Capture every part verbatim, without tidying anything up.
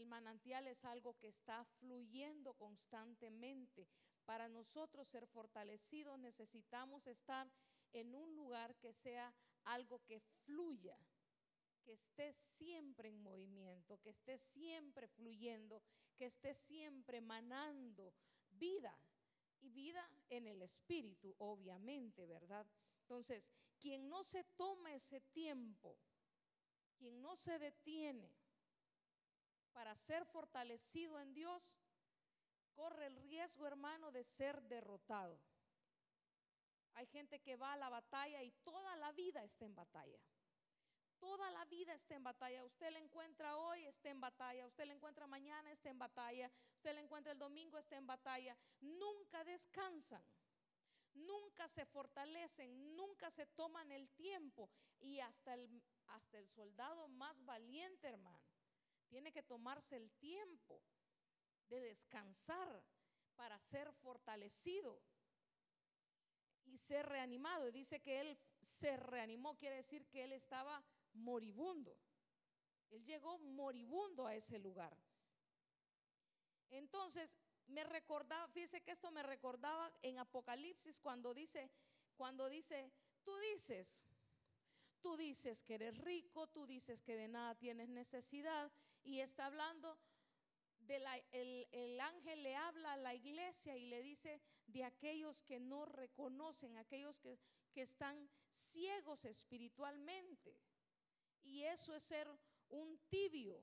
El manantial es algo que está fluyendo constantemente. Para nosotros ser fortalecidos necesitamos estar en un lugar que sea algo que fluya, que esté siempre en movimiento, que esté siempre fluyendo, que esté siempre emanando vida, y vida en el espíritu, obviamente, ¿verdad? Entonces, quien no se toma ese tiempo, quien no se detiene para ser fortalecido en Dios, corre el riesgo, hermano, de ser derrotado. Hay gente que va a la batalla y toda la vida está en batalla. Toda la vida está en batalla. Usted la encuentra hoy, está en batalla. Usted la encuentra mañana, está en batalla. Usted la encuentra el domingo, está en batalla. Nunca descansan, nunca se fortalecen, nunca se toman el tiempo. Y hasta el, hasta el soldado más valiente, hermano, tiene que tomarse el tiempo de descansar para ser fortalecido y ser reanimado. Y dice que él se reanimó, quiere decir que él estaba moribundo. Él llegó moribundo a ese lugar. Entonces me recordaba, fíjese que esto me recordaba en Apocalipsis cuando dice, cuando dice, tú dices, tú dices que eres rico, tú dices que de nada tienes necesidad, y está hablando de la, el, el ángel le habla a la iglesia y le dice de aquellos que no reconocen, aquellos que, que están ciegos espiritualmente. Y eso es ser un tibio,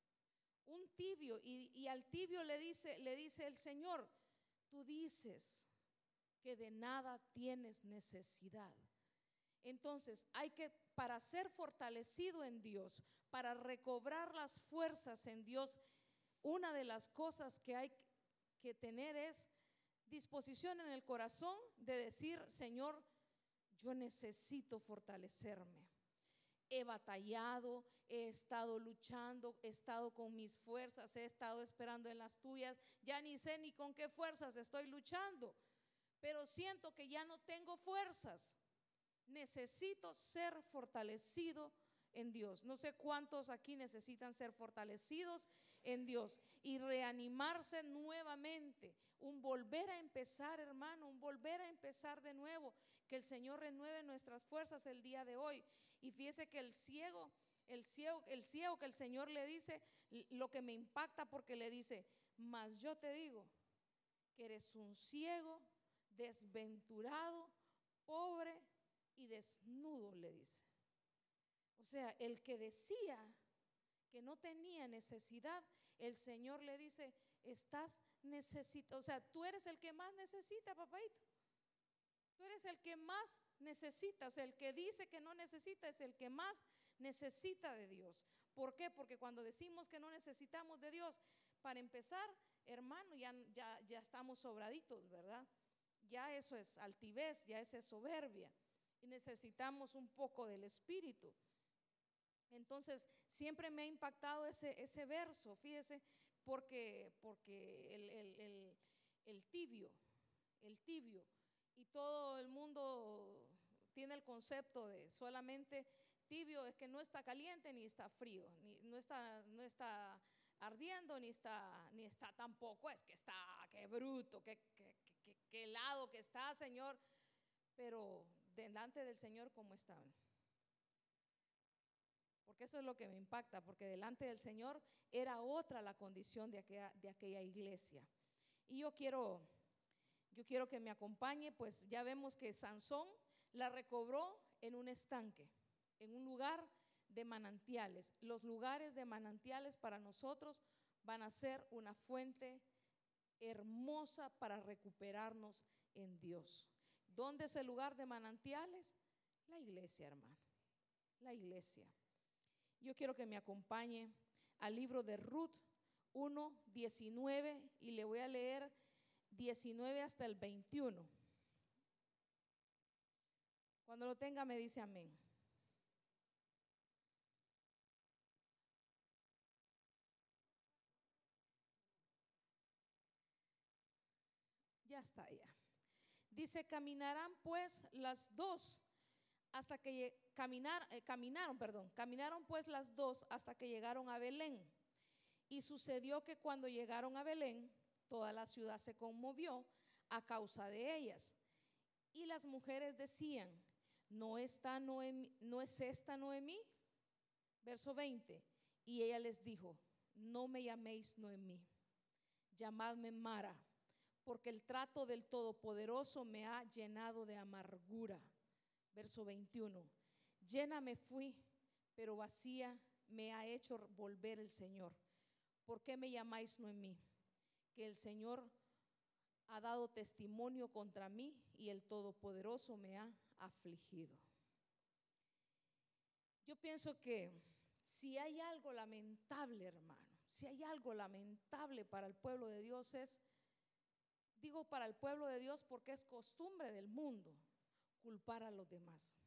un tibio. Y, y al tibio le dice, le dice el Señor, tú dices que de nada tienes necesidad. Entonces hay que, para ser fortalecido en Dios, para recobrar las fuerzas en Dios, una de las cosas que hay que tener es disposición en el corazón de decir, Señor, yo necesito fortalecerme. He batallado, he estado luchando, he estado con mis fuerzas, he estado esperando en las tuyas, ya ni sé ni con qué fuerzas estoy luchando, pero siento que ya no tengo fuerzas. Necesito ser fortalecido en Dios. No sé cuántos aquí necesitan ser fortalecidos en Dios y reanimarse nuevamente, un volver a empezar, hermano, un volver a empezar de nuevo. Que el Señor renueve nuestras fuerzas el día de hoy. Y fíjese que el ciego, el ciego, el ciego que el Señor le dice, lo que me impacta, porque le dice, mas yo te digo que eres un ciego, desventurado, pobre y desnudo, le dice. O sea, el que decía que no tenía necesidad, el Señor le dice, estás necesitado, o sea, tú eres el que más necesita, papadito. Tú eres el que más necesita, o sea, el que dice que no necesita es el que más necesita de Dios. ¿Por qué? Porque cuando decimos que no necesitamos de Dios, para empezar, hermano, ya, ya, ya estamos sobraditos, ¿verdad? Ya eso es altivez, ya eso es soberbia. Y necesitamos un poco del Espíritu. Entonces, siempre me ha impactado ese, ese verso, fíjese, porque, porque el, el, el, el tibio, el tibio, y todo el mundo tiene el concepto de solamente tibio, es que no está caliente ni está frío, ni, no, está, no está ardiendo, ni está, ni está tampoco, es que está, qué bruto, qué, qué, qué, qué helado que está, Señor, pero delante del Señor, ¿cómo estaban? Porque eso es lo que me impacta, porque delante del Señor era otra la condición de aquella, de aquella iglesia. Y yo quiero, yo quiero que me acompañe, pues ya vemos que Sansón la recobró en un estanque, en un lugar de manantiales. Los lugares de manantiales para nosotros van a ser una fuente hermosa para recuperarnos en Dios. ¿Dónde es el lugar de manantiales? La iglesia, hermano, la iglesia. Yo quiero que me acompañe al libro de Ruth uno, diecinueve, y le voy a leer diecinueve hasta el veintiuno. Cuando lo tenga me dice amén. Ya está, ya. Dice, caminarán pues las dos hasta que caminar, eh, caminaron, perdón, caminaron pues las dos hasta que llegaron a Belén. Y sucedió que cuando llegaron a Belén, toda la ciudad se conmovió a causa de ellas. Y las mujeres decían, ¿no, está Noemí, ¿no es esta Noemí? Verso veinte. Y ella les dijo, no me llaméis Noemí, llamadme Mara, porque el trato del Todopoderoso me ha llenado de amargura. Verso veintiuno. Llena me fui, pero vacía me ha hecho volver el Señor. ¿Por qué me llamáis Noemí? Que el Señor ha dado testimonio contra mí y el Todopoderoso me ha afligido. Yo pienso que si hay algo lamentable, hermano, si hay algo lamentable para el pueblo de Dios es, digo para el pueblo de Dios porque es costumbre del mundo culpar a los demás.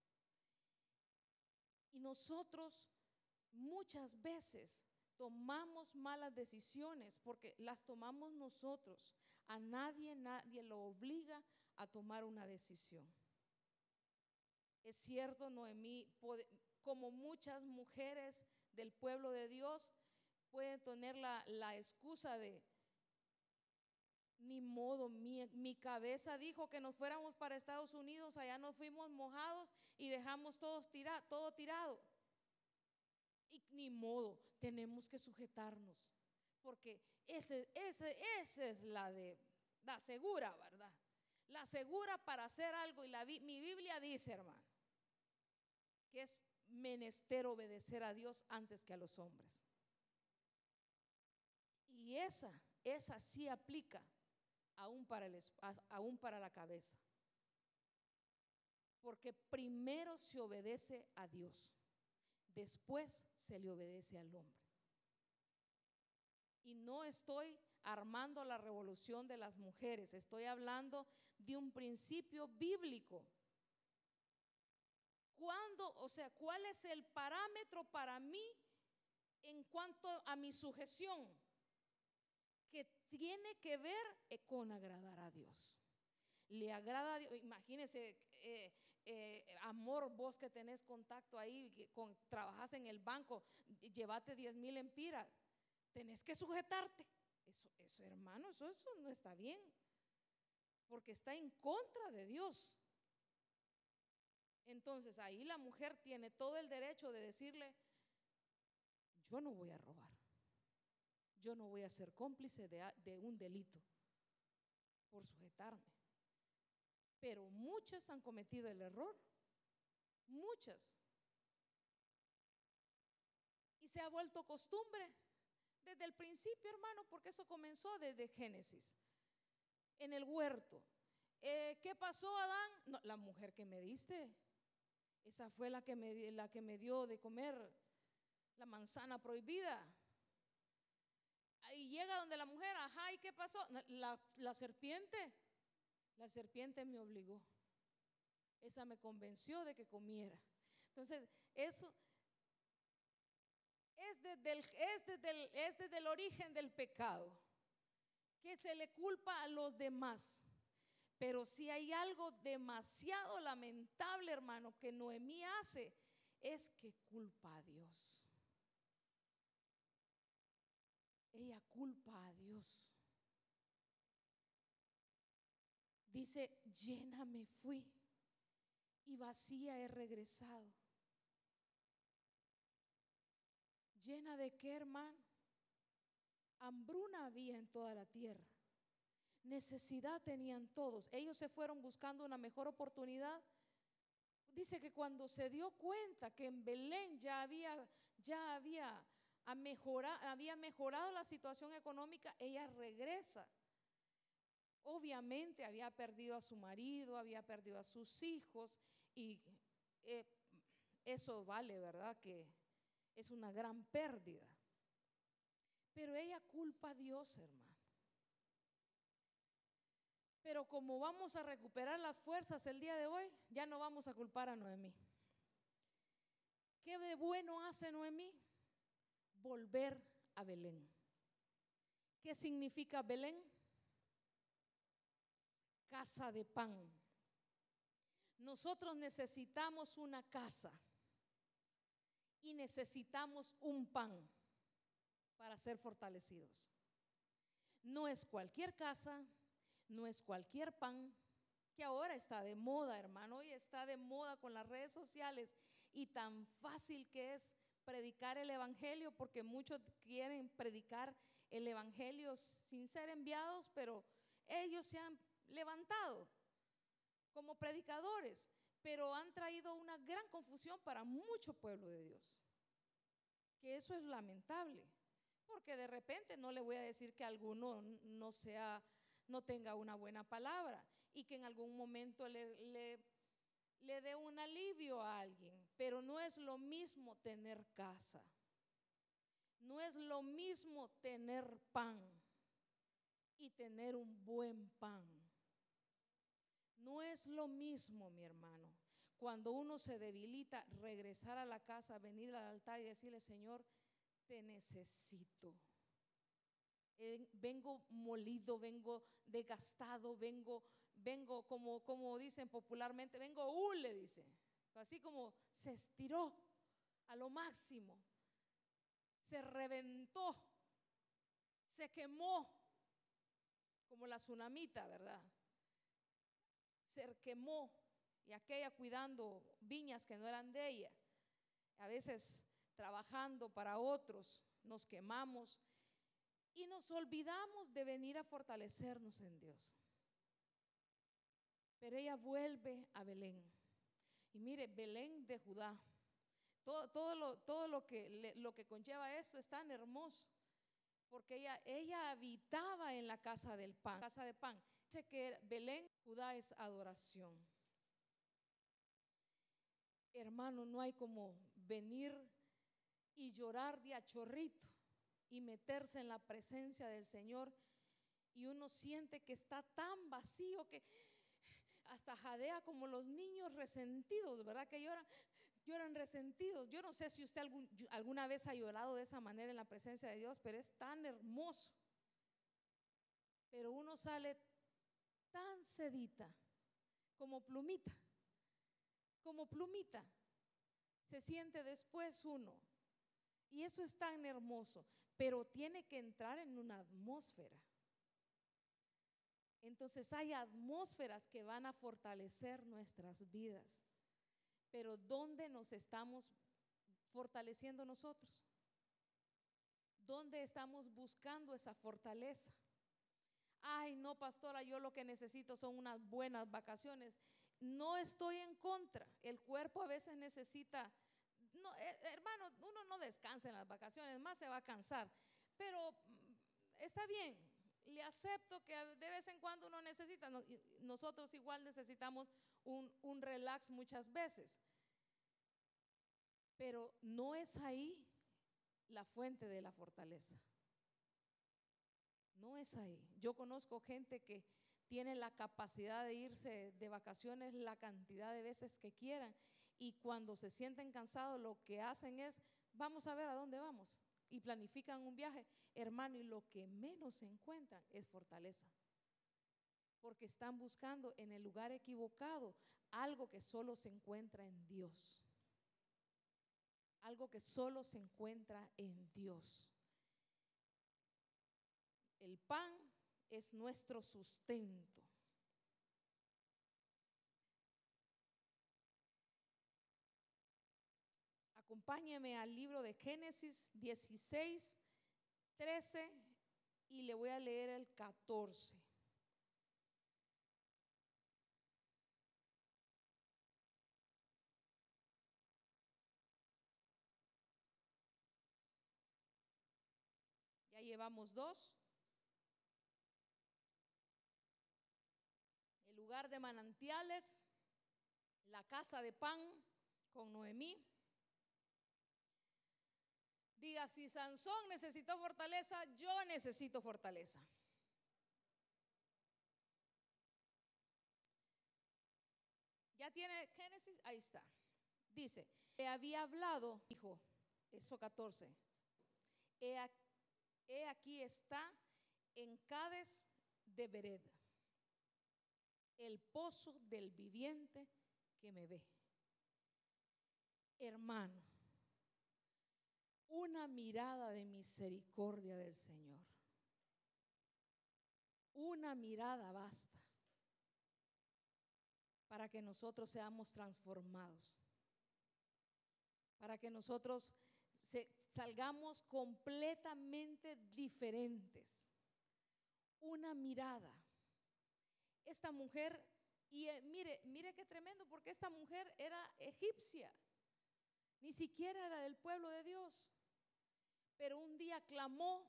Y nosotros muchas veces tomamos malas decisiones porque las tomamos nosotros. A nadie, nadie lo obliga a tomar una decisión. Es cierto, Noemí, como muchas mujeres del pueblo de Dios, pueden tener la, la excusa de, ni modo, mi, mi cabeza dijo que nos fuéramos para Estados Unidos, allá nos fuimos mojados y dejamos todos tira, todo tirado. Y ni modo, tenemos que sujetarnos, porque ese, ese, esa es la de la segura, ¿verdad? La segura para hacer algo. Y la, mi Biblia dice, hermano, que es menester obedecer a Dios antes que a los hombres. Y esa, esa sí aplica aún para, el, aún para la cabeza. Porque primero se obedece a Dios, después se le obedece al hombre. Y no estoy armando la revolución de las mujeres, estoy hablando de un principio bíblico. ¿Cuándo, o sea, cuál es el parámetro para mí en cuanto a mi sujeción? Que tiene que ver con agradar a Dios. Le agrada a Dios. Imagínese, eh, eh, amor, vos que tenés contacto ahí, que con, trabajas en el banco, llévate diez mil empiras. Tenés que sujetarte. Eso, eso hermano, eso, eso no está bien, porque está en contra de Dios. Entonces ahí la mujer tiene todo el derecho de decirle, yo no voy a robar, yo no voy a ser cómplice de, de un delito por sujetarme. Pero muchas han cometido el error, muchas. Y se ha vuelto costumbre desde el principio, hermano, porque eso comenzó desde Génesis, en el huerto. Eh, ¿Qué pasó, Adán? No, la mujer que me diste, esa fue la que me, la que me dio de comer la manzana prohibida. Y llega donde la mujer, ajá, ¿y qué pasó? La, la serpiente, la serpiente me obligó. Esa me convenció de que comiera. Entonces, eso es desde el, es desde el, es desde el origen del pecado, que se le culpa a los demás. Pero si hay algo demasiado lamentable, hermano, que Noemí hace, es que culpa a Dios. Ella culpa a Dios. Dice, llena me fui y vacía he regresado. ¿Llena de qué, hermano? Hambruna había en toda la tierra. Necesidad tenían todos. Ellos se fueron buscando una mejor oportunidad. Dice que cuando se dio cuenta que en Belén ya había, ya había, a mejorar, había mejorado la situación económica, ella regresa. Obviamente había perdido a su marido, había perdido a sus hijos y eh, eso vale, ¿verdad? Que es una gran pérdida. Pero ella culpa a Dios, hermano. Pero como vamos a recuperar las fuerzas el día de hoy, ya no vamos a culpar a Noemí. ¿Qué de bueno hace Noemí? Volver a Belén. ¿Qué significa Belén? Casa de pan. Nosotros necesitamos una casa y necesitamos un pan. para ser fortalecidos. No es cualquier casa, no es cualquier pan, que ahora está de moda, hermano, hoy está de moda con las redes sociales y tan fácil que es predicar el evangelio, porque muchos quieren predicar el evangelio sin ser enviados, pero ellos se han levantado como predicadores, pero han traído una gran confusión para mucho pueblo de Dios, que eso es lamentable, porque de repente no le voy a decir que alguno no sea, no tenga una buena palabra y que en algún momento le, le, le dé un alivio a alguien, pero no es lo mismo tener casa, no es lo mismo tener pan y tener un buen pan. No es lo mismo, mi hermano, cuando uno se debilita, regresar a la casa, venir al altar y decirle: Señor, te necesito. Eh, vengo molido, vengo desgastado, vengo, vengo como, como dicen popularmente, vengo hule, dice. Así como se estiró a lo máximo, se reventó, se quemó, como la tsunamita, ¿verdad? Se quemó, y aquella cuidando viñas que no eran de ella, a veces trabajando para otros, nos quemamos y nos olvidamos de venir a fortalecernos en Dios. Pero ella vuelve a Belén, y mire, Belén de Judá, todo, todo, lo, todo lo, que, le, lo que conlleva esto es tan hermoso, porque ella, ella habitaba en la casa del pan, casa de pan. Dice que Belén, Judá, es adoración. Hermano, no hay como venir y llorar de a chorrito y meterse en la presencia del Señor, y uno siente que está tan vacío que hasta jadea como los niños resentidos, ¿verdad? Que lloran, lloran resentidos. Yo no sé si usted algún, alguna vez ha llorado de esa manera en la presencia de Dios, pero es tan hermoso. Pero uno sale tan sedita, como plumita, como plumita, se siente después uno. Y eso es tan hermoso, pero tiene que entrar en una atmósfera. Entonces hay atmósferas que van a fortalecer nuestras vidas. Pero ¿dónde nos estamos fortaleciendo nosotros? ¿Dónde estamos buscando esa fortaleza? Ay, no, pastora, yo lo que necesito son unas buenas vacaciones. No estoy en contra. El cuerpo a veces necesita, no, eh, hermano, uno no descansa en las vacaciones, más se va a cansar. Pero está bien, le acepto que de vez en cuando uno necesita. Nosotros igual necesitamos un, un relax muchas veces. Pero no es ahí la fuente de la fortaleza. No es ahí. Yo conozco gente que tiene la capacidad de irse de vacaciones la cantidad de veces que quieran, y cuando se sienten cansados lo que hacen es: vamos a ver a dónde vamos, y planifican un viaje, hermano, y lo que menos encuentran es fortaleza, porque están buscando en el lugar equivocado algo que solo se encuentra en Dios, algo que solo se encuentra en Dios. El pan es nuestro sustento. Acompáñeme al libro de Génesis dieciséis, trece, y le voy a leer el catorce. Ya llevamos dos. El lugar de manantiales, la casa de pan con Noemí. Diga: si Sansón necesitó fortaleza, yo necesito fortaleza. ¿Ya tiene Génesis? Ahí está. Dice: le había hablado, dijo, eso catorce. He, he aquí está en Cades de Bered, el pozo del viviente que me ve. Hermano, Una mirada de misericordia del Señor. Una mirada basta para que nosotros seamos transformados, para que nosotros se, salgamos completamente diferentes. Una mirada. Esta mujer, y eh, mire, mire qué tremendo, porque esta mujer era egipcia, ni siquiera era del pueblo de Dios, pero un día clamó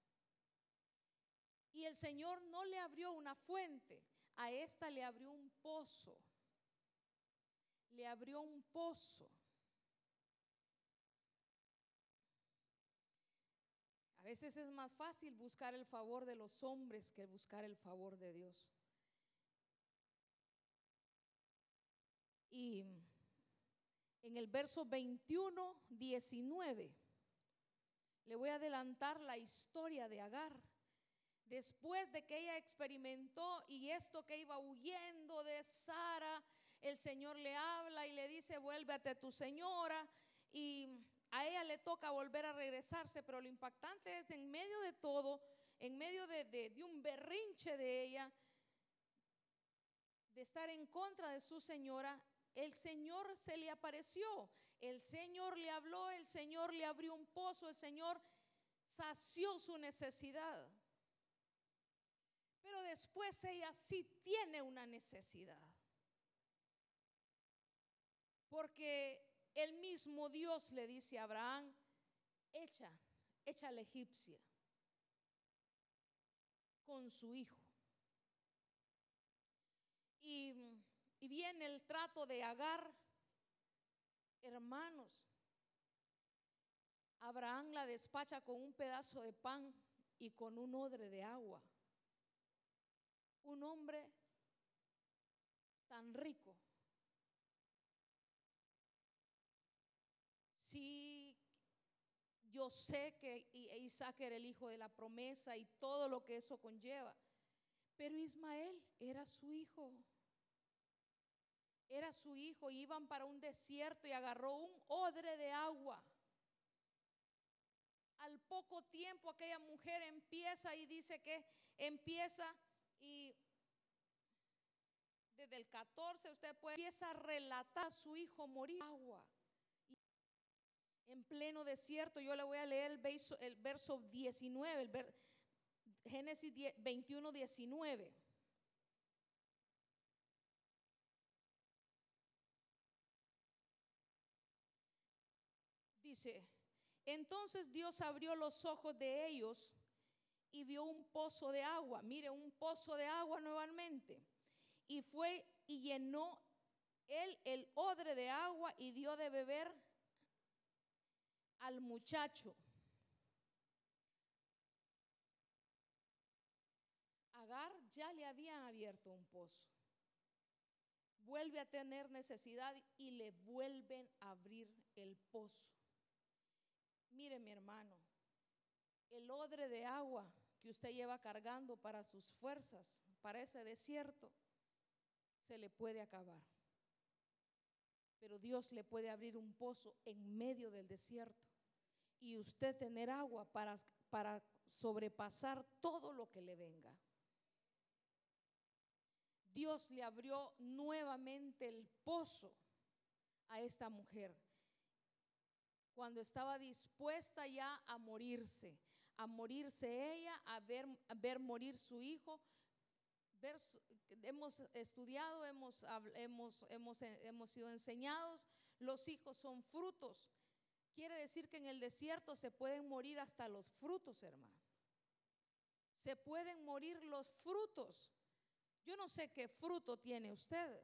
y el Señor no le abrió una fuente, a esta le abrió un pozo, le abrió un pozo. A veces es más fácil buscar el favor de los hombres que buscar el favor de Dios. Y en el verso veintiuno, diecinueve, le voy a adelantar la historia de Agar. Después de que ella experimentó y esto que iba huyendo de Sara, el Señor le habla y le dice: vuélvete a tu señora, y a ella le toca volver a regresarse. Pero lo impactante es, en medio de todo, en medio de, de, de un berrinche de ella, de estar en contra de su señora, el Señor se le apareció, el Señor le habló, el Señor le abrió un pozo, el Señor sació su necesidad. Pero después ella sí tiene una necesidad, porque el mismo Dios le dice a Abraham: echa, echa a la egipcia con su hijo. Y, y viene el trato de Agar. Hermanos, Abraham la despacha con un pedazo de pan y con un odre de agua. Un hombre tan rico. Sí, yo sé que Isaac era el hijo de la promesa y todo lo que eso conlleva, pero Ismael era su hijo. Era su hijo. Iban para un desierto y agarró un odre de agua. Al poco tiempo aquella mujer empieza y dice que empieza, y desde el catorce usted puede, empieza a relatar a su hijo morir agua en pleno desierto. Yo le voy a leer el verso, el verso diecinueve, el ver, Génesis veintiuno, diecinueve. Dice: entonces Dios abrió los ojos de ellos y vio un pozo de agua. Mire, un pozo de agua nuevamente. Y fue y llenó él el odre de agua y dio de beber al muchacho. Agar ya le habían abierto un pozo. Vuelve a tener necesidad y le vuelven a abrir el pozo. Mire, mi hermano, el odre de agua que usted lleva cargando para sus fuerzas, para ese desierto, se le puede acabar. Pero Dios le puede abrir un pozo en medio del desierto y usted tener agua para, para sobrepasar todo lo que le venga. Dios le abrió nuevamente el pozo a esta mujer cuando estaba dispuesta ya a morirse, a morirse ella, a ver, a ver morir su hijo. Ver, hemos estudiado, hemos, hemos, hemos, hemos sido enseñados, los hijos son frutos. Quiere decir que en el desierto se pueden morir hasta los frutos, hermano. Se pueden morir los frutos. Yo no sé qué fruto tiene usted.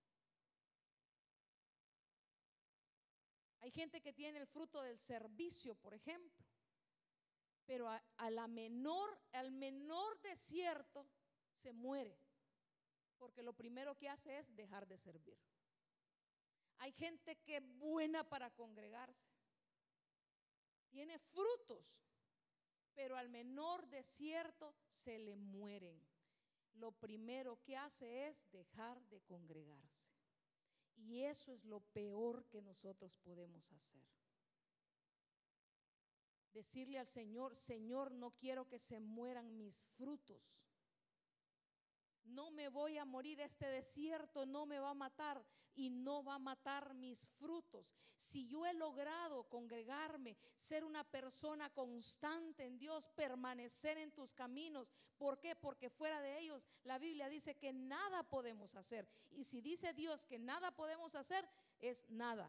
Hay gente que tiene el fruto del servicio, por ejemplo, pero a, a la menor, al menor desierto se muere, porque lo primero que hace es dejar de servir. Hay gente que es buena para congregarse, tiene frutos, pero al menor desierto se le mueren. Lo primero que hace es dejar de congregarse. Y eso es lo peor que nosotros podemos hacer. Decirle al Señor: Señor, no quiero que se mueran mis frutos. No me voy a morir, este desierto no me va a matar y no va a matar mis frutos. Si yo he logrado congregarme, ser una persona constante en Dios, permanecer en tus caminos. ¿Por qué? Porque fuera de ellos la Biblia dice que nada podemos hacer. Y si dice Dios que nada podemos hacer, es nada.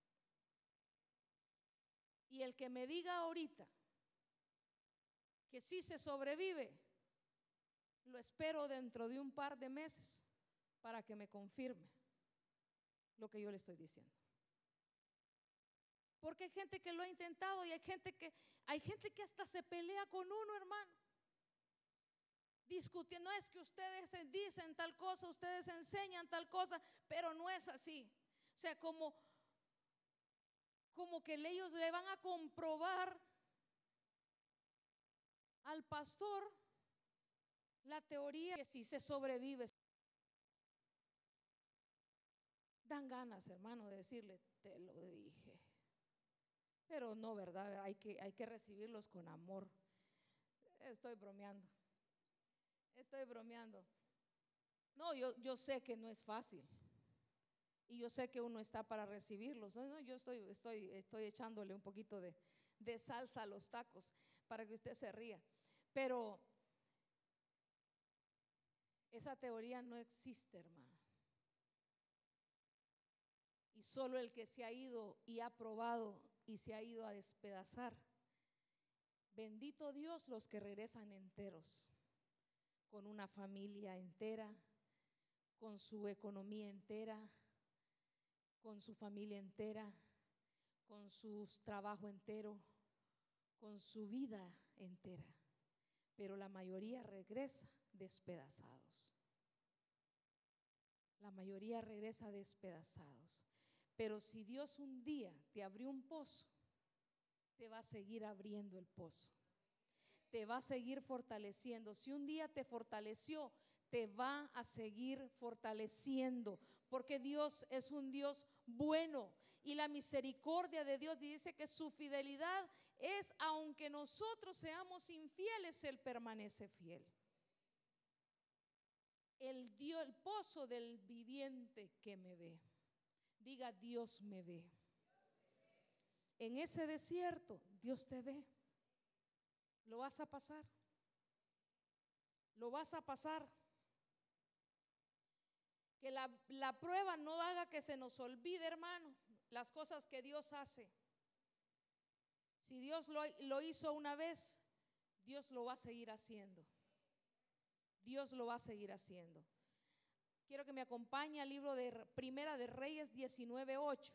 Y el que me diga ahorita que sí se sobrevive, lo espero dentro de un par de meses para que me confirme lo que yo le estoy diciendo. Porque hay gente que lo ha intentado y hay gente que hay gente que hasta se pelea con uno, hermano. Discutiendo, no es que ustedes dicen tal cosa, ustedes enseñan tal cosa, pero no es así. O sea, como como que ellos le van a comprobar al pastor la teoría que si se sobrevive. Dan ganas, hermano, de decirle: te lo dije. Pero no, ¿verdad? Hay que, hay que recibirlos con amor. Estoy bromeando. Estoy bromeando. No, yo, yo sé que no es fácil. Y yo sé que uno está para recibirlos. No, no, yo estoy, estoy, estoy echándole un poquito de, de salsa a los tacos para que usted se ría. Pero esa teoría no existe, hermano. Y solo el que se ha ido y ha probado y se ha ido a despedazar. Bendito Dios los que regresan enteros, con una familia entera, con su economía entera, con su familia entera, con su trabajo entero, con su vida entera. Pero la mayoría regresa despedazados. La mayoría regresa despedazados. Pero si Dios un día te abrió un pozo, te va a seguir abriendo el pozo. Te va a seguir fortaleciendo. Si un día te fortaleció, te va a seguir fortaleciendo. Porque Dios es un Dios bueno. Y la misericordia de Dios dice que su fidelidad es, aunque nosotros seamos infieles, Él permanece fiel. Él dio el pozo del viviente que me ve. Diga: Dios me ve. En ese desierto, Dios te ve. Lo vas a pasar. Lo vas a pasar. Que la, la prueba no haga que se nos olvide, hermano, las cosas que Dios hace. Si Dios lo, lo hizo una vez, Dios lo va a seguir haciendo. Dios lo va a seguir haciendo. Quiero que me acompañe al libro de Primera de Reyes diecinueve ocho.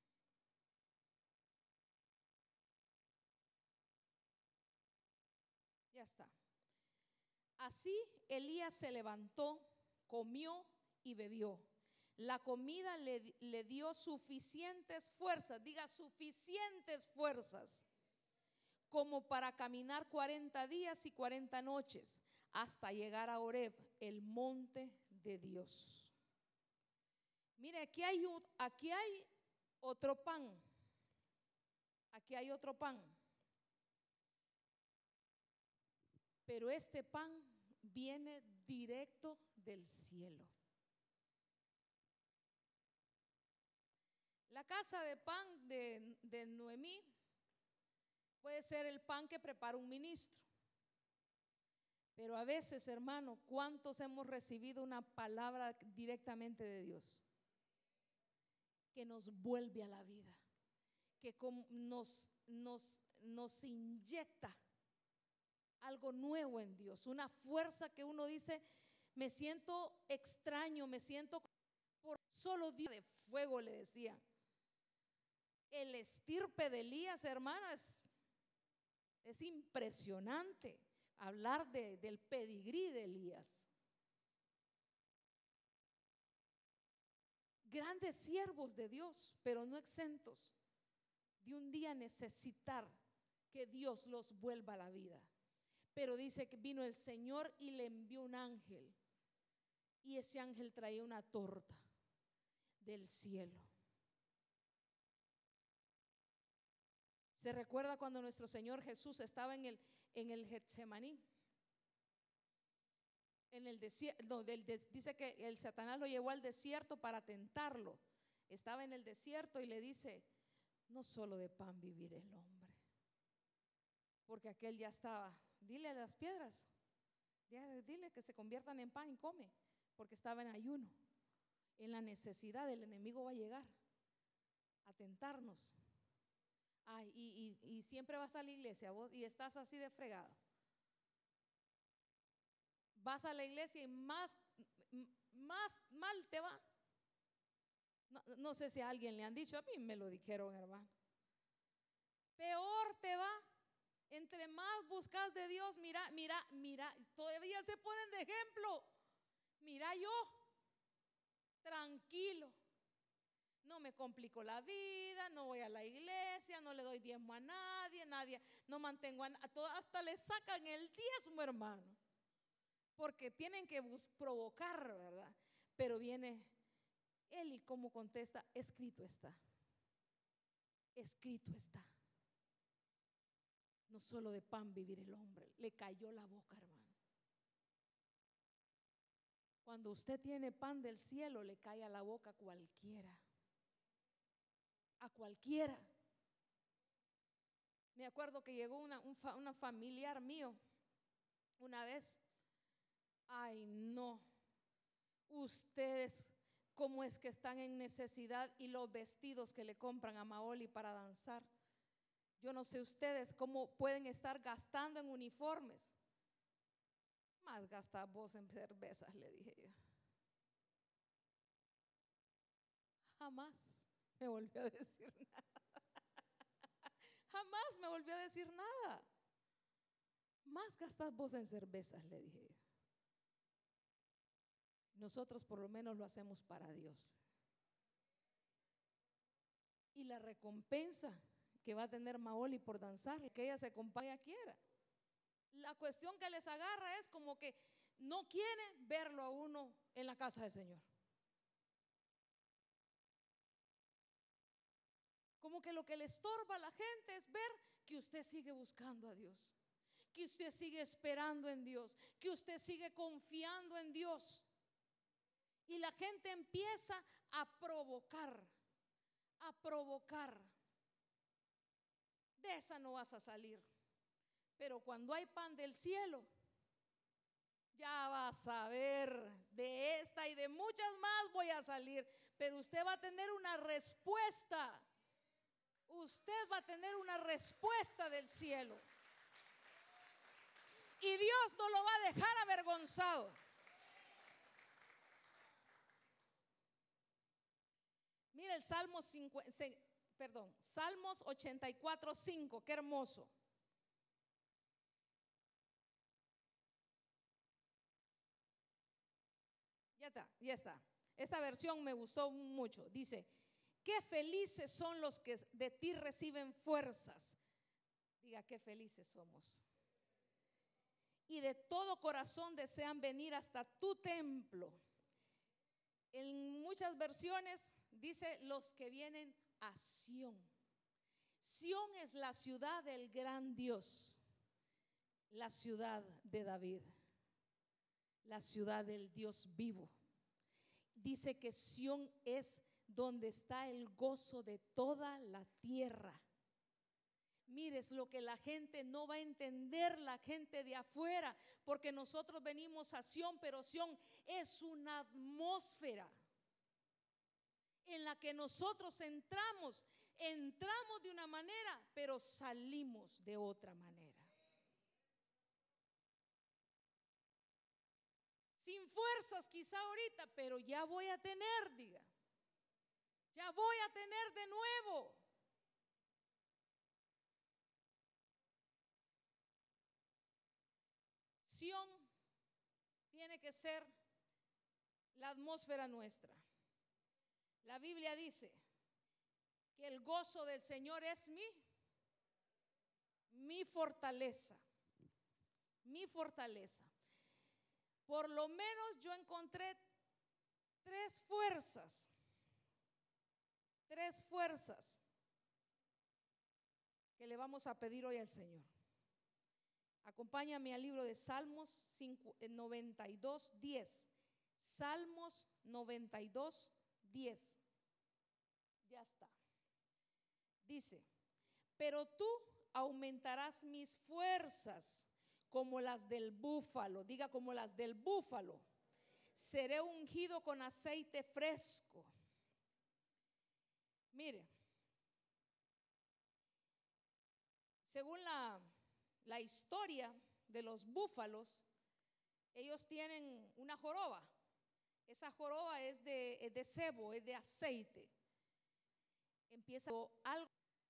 Ya está. Así Elías se levantó, comió y bebió. La comida le, le dio suficientes fuerzas, diga suficientes fuerzas, como para caminar cuarenta días y cuarenta noches hasta llegar a Horeb, el monte de Dios. Mire, aquí hay, aquí hay otro pan. Aquí hay otro pan. Pero este pan viene directo del cielo. La casa de pan de, de Noemí puede ser el pan que prepara un ministro. Pero a veces, hermano, ¿cuántos hemos recibido una palabra directamente de Dios? Que nos vuelve a la vida, que nos, nos, nos inyecta algo nuevo en Dios, una fuerza que uno dice: me siento extraño, me siento por solo Dios de fuego, le decía. El estirpe de Elías, hermana, es, es impresionante hablar de, del pedigrí de Elías. Grandes siervos de Dios, pero no exentos de un día necesitar que Dios los vuelva a la vida. Pero dice que vino el Señor y le envió un ángel, y ese ángel traía una torta del cielo. Se recuerda cuando nuestro Señor Jesús estaba en el, en el Getsemaní, en el desierto, no, del, des, dice que el Satanás lo llevó al desierto para tentarlo. Estaba en el desierto y le dice: no solo de pan vivirá el hombre, porque aquel ya estaba, dile a las piedras, ya, dile que se conviertan en pan y come, porque estaba en ayuno, en la necesidad. El enemigo va a llegar a tentarnos. Ay, y, y, y siempre vas a la iglesia vos y estás así de fregado. Vas a la iglesia y más, más mal te va. No, no sé si a alguien le han dicho, a mí me lo dijeron, hermano. Peor te va. Entre más buscas de Dios, mira, mira, mira, todavía se ponen de ejemplo. Mira yo, tranquilo, no me complico la vida, no voy a la iglesia, no le doy diezmo a nadie, nadie, no mantengo a, a todo, hasta le sacan el diezmo, hermano, porque tienen que bus, provocar, ¿verdad? Pero viene él y cómo contesta: escrito está, escrito está. No solo de pan vivir el hombre. Le cayó la boca, hermano. Cuando usted tiene pan del cielo, le cae a la boca a cualquiera. A cualquiera. Me acuerdo que llegó una, un fa, una familiar mío una vez. Ay, no. Ustedes, ¿cómo es que están en necesidad? Y los vestidos que le compran a Maoli para danzar. Yo no sé ustedes cómo pueden estar gastando en uniformes. Más gasta vos en cervezas, le dije yo. Jamás me volvió a decir nada. Jamás me volvió a decir nada. Más gastas vos en cervezas, le dije yo. Nosotros por lo menos lo hacemos para Dios. Y la recompensa que va a tener Maoli por danzar, que ella se acompañe quiera. La cuestión que les agarra es como que no quieren verlo a uno en la casa del Señor. Como que lo que le estorba a la gente es ver que usted sigue buscando a Dios, que usted sigue esperando en Dios, que usted sigue confiando en Dios. Y la gente empieza a provocar, a provocar. De esa no vas a salir. Pero cuando hay pan del cielo, ya vas a ver, de esta y de muchas más voy a salir. Pero usted va a tener una respuesta. Usted va a tener una respuesta del cielo. Y Dios no lo va a dejar avergonzado. Mira el Salmo cincuenta, perdón, Salmos ochenta y cuatro, cinco, qué hermoso. Ya está, ya está. Esta versión me gustó mucho. Dice: qué felices son los que de ti reciben fuerzas. Diga, qué felices somos. Y de todo corazón desean venir hasta tu templo. En muchas versiones dice: los que vienen a Sión. Sión es la ciudad del gran Dios, la ciudad de David, la ciudad del Dios vivo. Dice que Sión es donde está el gozo de toda la tierra. Mires lo que la gente no va a entender, la gente de afuera, porque nosotros venimos a Sión, pero Sión es una atmósfera en la que nosotros entramos, entramos de una manera, pero salimos de otra manera. Sin fuerzas quizá ahorita, pero ya voy a tener, diga, ya voy a tener de nuevo. Sión tiene que ser la atmósfera nuestra. La Biblia dice que el gozo del Señor es mi, mi fortaleza, mi fortaleza. Por lo menos yo encontré tres fuerzas, tres fuerzas que le vamos a pedir hoy al Señor. Acompáñame al libro de Salmos noventa y dos, diez. Salmos noventa y dos, diez. Ya está. Dice: pero tú aumentarás mis fuerzas como las del búfalo. Diga, como las del búfalo. Seré ungido con aceite fresco. Mire, según la, la historia de los búfalos, ellos tienen una joroba. Esa joroba es de, es de sebo, es de aceite. Empieza algo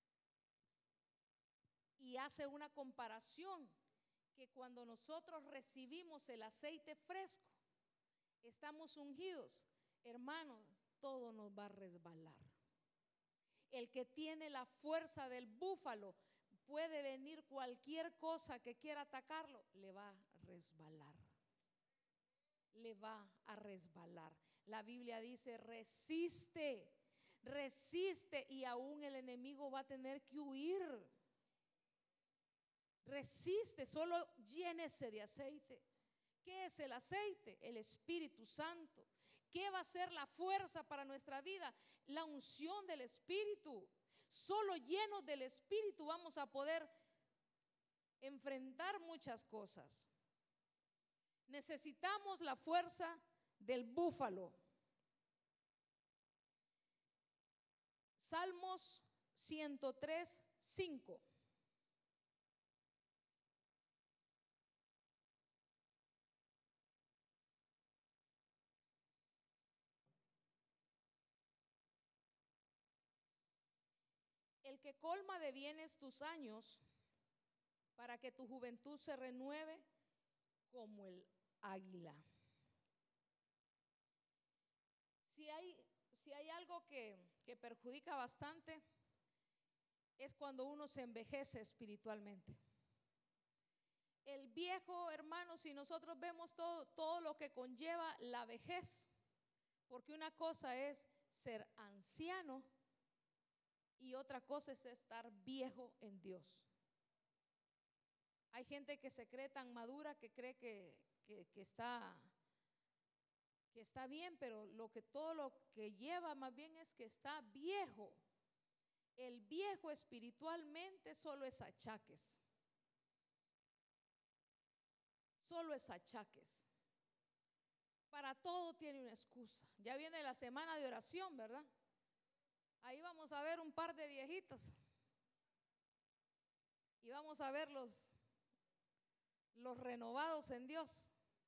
y hace una comparación que cuando nosotros recibimos el aceite fresco, estamos ungidos, hermano, todo nos va a resbalar. El que tiene la fuerza del búfalo, puede venir cualquier cosa que quiera atacarlo, le va a resbalar. Le va a resbalar. La Biblia dice: resiste, resiste, y aún el enemigo va a tener que huir. Resiste, solo llénese de aceite. ¿Qué es el aceite? El Espíritu Santo. ¿Qué va a ser la fuerza para nuestra vida? La unción del Espíritu. Solo llenos del Espíritu vamos a poder enfrentar muchas cosas. Necesitamos la fuerza del búfalo. Salmos ciento tres, cinco. El que colma de bienes tus años, para que tu juventud se renueve como el águila. Si hay, si hay algo que, que perjudica bastante, es cuando uno se envejece espiritualmente. El viejo, hermano, si nosotros vemos todo, todo lo que conlleva la vejez, porque una cosa es ser anciano y otra cosa es estar viejo en Dios. Hay gente que se cree tan madura que cree que, que, que, está, que está bien, pero lo que, todo lo que lleva más bien es que está viejo. El viejo espiritualmente solo es achaques. Solo es achaques. Para todo tiene una excusa. Ya viene la semana de oración, ¿verdad? Ahí vamos a ver un par de viejitos. Y vamos a ver los, los renovados en Dios.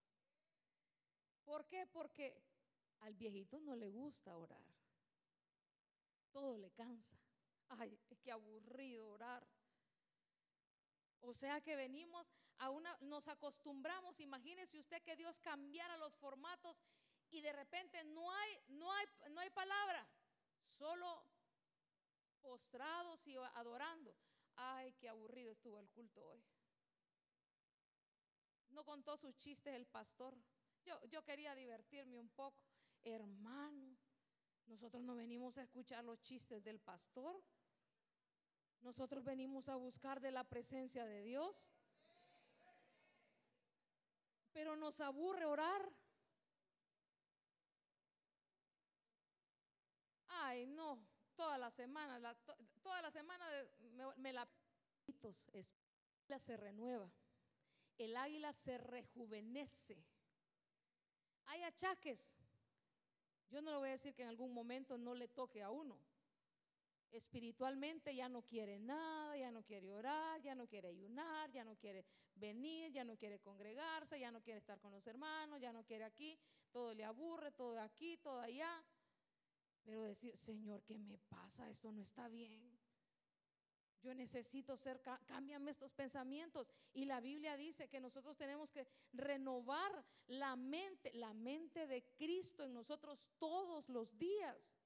¿Por qué? Porque al viejito no le gusta orar. Todo le cansa. Ay, es que aburrido orar. O sea que venimos a una, nos acostumbramos. Imagínese usted que Dios cambiara los formatos y de repente no hay, no hay, no hay palabra, solo postrados y adorando. Ay, qué aburrido estuvo el culto hoy. No contó sus chistes el pastor. Yo, yo quería divertirme un poco. Hermano, nosotros no venimos a escuchar los chistes del pastor. Nosotros venimos a buscar de la presencia de Dios. Pero nos aburre orar. Ay, no, toda la semana, la, to, toda la semana me, me la... El águila se renueva, el águila se rejuvenece. Hay achaques. Yo no le voy a decir que en algún momento no le toque a uno. Espiritualmente ya no quiere nada, ya no quiere orar, ya no quiere ayunar, ya no quiere venir, ya no quiere congregarse, ya no quiere estar con los hermanos, ya no quiere aquí, todo le aburre, todo aquí, todo allá. Pero decir: Señor, ¿qué me pasa? Esto no está bien. Yo necesito ser, cámbiame estos pensamientos. Y la Biblia dice que nosotros tenemos que renovar la mente, la mente de Cristo en nosotros todos los días.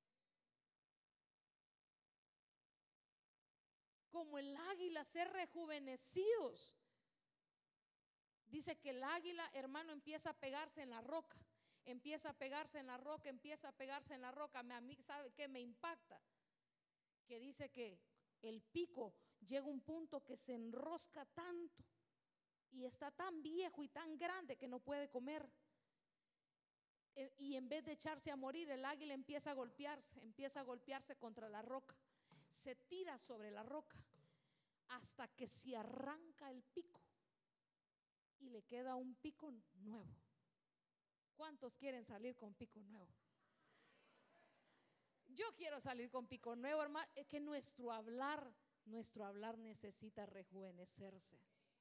Como el águila, ser rejuvenecidos. Dice que el águila, hermano, empieza a pegarse en la roca. Empieza a pegarse en la roca, empieza a pegarse en la roca. A mí, ¿sabe qué me impacta? Que dice que el pico llega un punto que se enrosca tanto y está tan viejo y tan grande que no puede comer. Y en vez de echarse a morir, el águila empieza a golpearse, empieza a golpearse contra la roca, se tira sobre la roca hasta que se arranca el pico y le queda un pico nuevo. ¿Cuántos quieren salir con pico nuevo? Yo quiero salir con pico nuevo, hermano. Es que nuestro hablar, nuestro hablar necesita rejuvenecerse.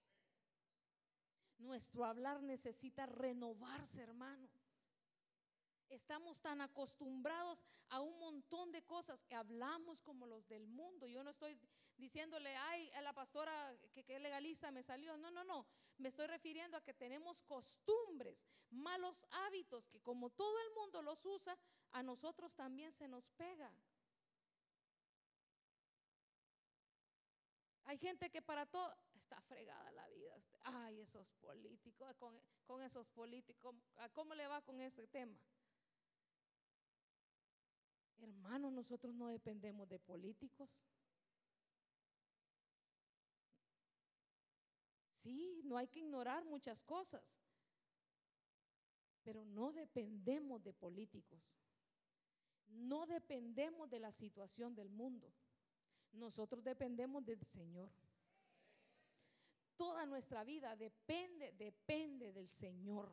Nuestro hablar necesita renovarse, hermano. Estamos tan acostumbrados a un montón de cosas que hablamos como los del mundo. Yo no estoy diciéndole, ay, a la pastora que, que legalista me salió. No, no, no. Me estoy refiriendo a que tenemos costumbres, malos hábitos que como todo el mundo los usa, a nosotros también se nos pega. Hay gente que para todo está fregada la vida. Ay, esos políticos, con, con esos políticos, ¿cómo le va con ese tema? Hermano, nosotros no dependemos de políticos. Sí, no hay que ignorar muchas cosas, pero no dependemos de políticos. No dependemos de la situación del mundo. Nosotros dependemos del Señor. Toda nuestra vida depende, depende del Señor.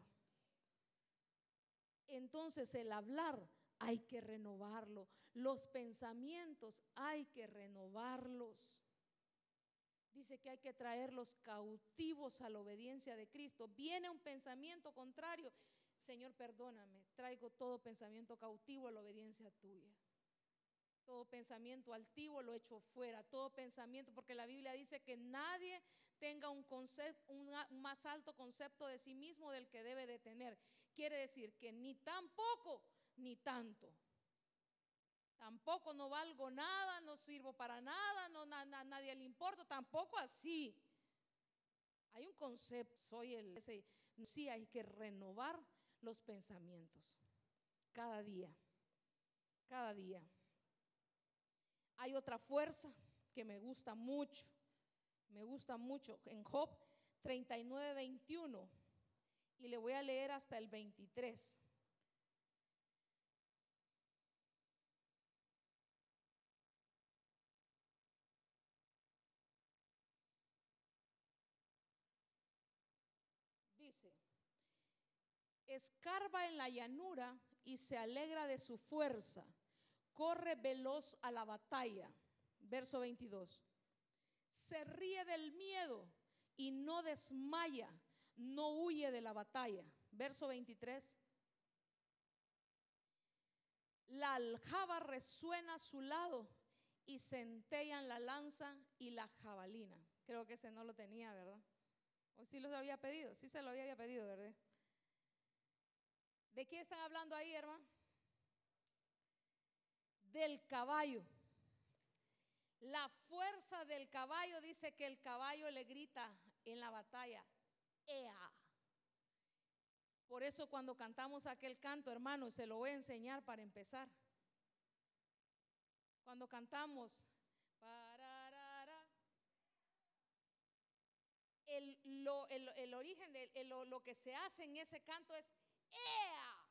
Entonces el hablar hay que renovarlo. Los pensamientos hay que renovarlos. Dice que hay que traerlos cautivos a la obediencia de Cristo. Viene un pensamiento contrario. Señor, perdóname, traigo todo pensamiento cautivo a la obediencia tuya. Todo pensamiento altivo lo echo fuera. Todo pensamiento, porque la Biblia dice que nadie tenga un, concepto, un más alto concepto de sí mismo del que debe de tener. Quiere decir que ni tampoco ni tanto. Tampoco no valgo nada, no sirvo para nada, no, na, na, nadie le importa, tampoco así. Hay un concepto, soy el ese, sí hay que renovar los pensamientos cada día, cada día. Hay otra fuerza que me gusta mucho, me gusta mucho en Job treinta y nueve, veintiuno, y le voy a leer hasta el veintitrés. Dice: escarba en la llanura y se alegra de su fuerza, corre veloz a la batalla. Verso veintidós. Se ríe del miedo y no desmaya, no huye de la batalla. Verso veintitrés. La aljaba resuena a su lado y centellan la lanza y la jabalina. Creo que ese no lo tenía, ¿verdad? ¿O sí lo había pedido? Sí se lo había pedido, ¿verdad? ¿De qué están hablando ahí, hermano? Del caballo. La fuerza del caballo, dice que el caballo le grita en la batalla, ¡ea! Por eso cuando cantamos aquel canto, hermano, se lo voy a enseñar para empezar. Cuando cantamos, pararara, el, lo, el, el origen de el, lo, lo que se hace en ese canto es ¡ea!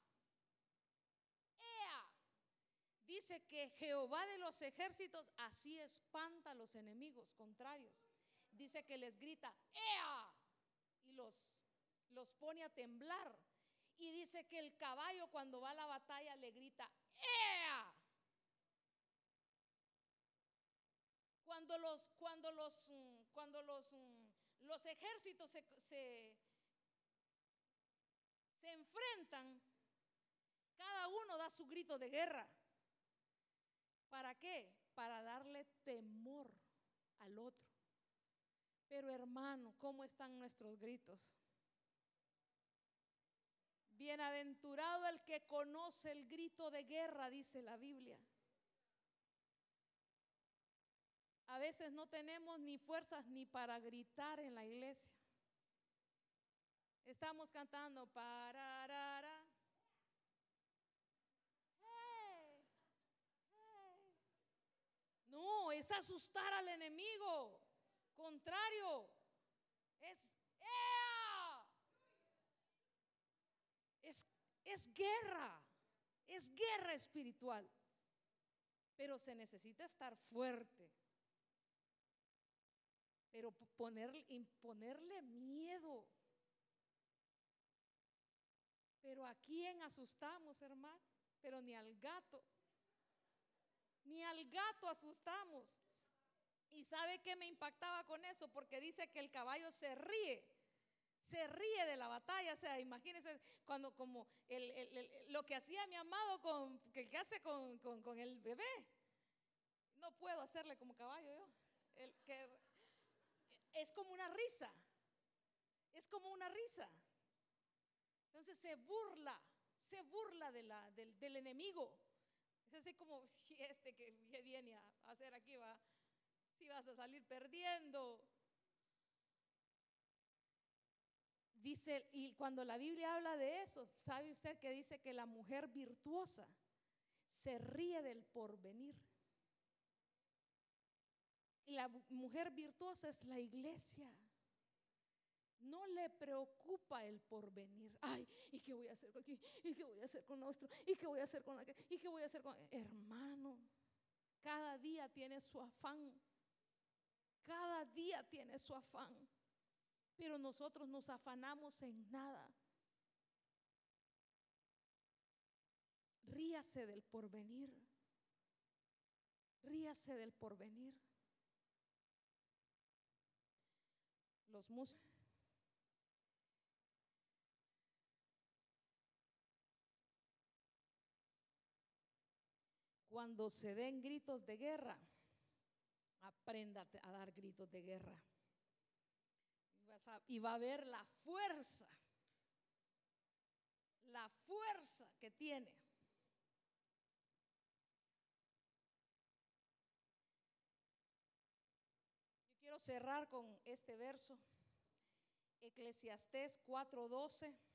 ¡ea! Dice que Jehová de los ejércitos así espanta a los enemigos contrarios. Dice que les grita ¡ea! Y los, los pone a temblar. Y dice que el caballo cuando va a la batalla le grita ¡ea! Cuando los, cuando los, cuando los, los ejércitos se, se, se enfrentan, cada uno da su grito de guerra. ¿Para qué? Para darle temor al otro. Pero hermano, ¿cómo están nuestros gritos? Bienaventurado el que conoce el grito de guerra, dice la Biblia. A veces no tenemos ni fuerzas ni para gritar en la iglesia. Estamos cantando pararara. Hey, hey. No, es asustar al enemigo. Contrario, es ¡ea! Es, es guerra, es guerra espiritual. Pero se necesita estar fuerte. Pero poner, imponerle miedo. Pero ¿a quién asustamos, hermano? Pero ni al gato. Ni al gato asustamos. ¿Y sabe qué me impactaba con eso? Porque dice que el caballo se ríe. Se ríe de la batalla. O sea, imagínense cuando como el, el, el, lo que hacía mi amado con, que, que hace con, con, con el bebé. No puedo hacerle como caballo yo. El, que, es como una risa. Es como una risa. Entonces se burla. Se burla de la, del, del enemigo. Es así como este que viene a hacer aquí, va. Si vas a salir perdiendo. Dice, y cuando la Biblia habla de eso, ¿sabe usted que dice que la mujer virtuosa se ríe del porvenir? Y la mujer virtuosa es la iglesia. No le preocupa el porvenir. Ay, ¿y qué voy a hacer aquí? ¿Y qué voy a hacer con nuestro? ¿Y qué voy a hacer con aquel? ¿Y qué voy a hacer con hermano? Cada día tiene su afán. Cada día tiene su afán. Pero nosotros nos afanamos en nada. Ríase del porvenir. Ríase del porvenir. Los músicos. Cuando se den gritos de guerra, aprenda a dar gritos de guerra. Y va a ver la fuerza, la fuerza que tiene. Yo quiero cerrar con este verso, Eclesiastés cuatro doce.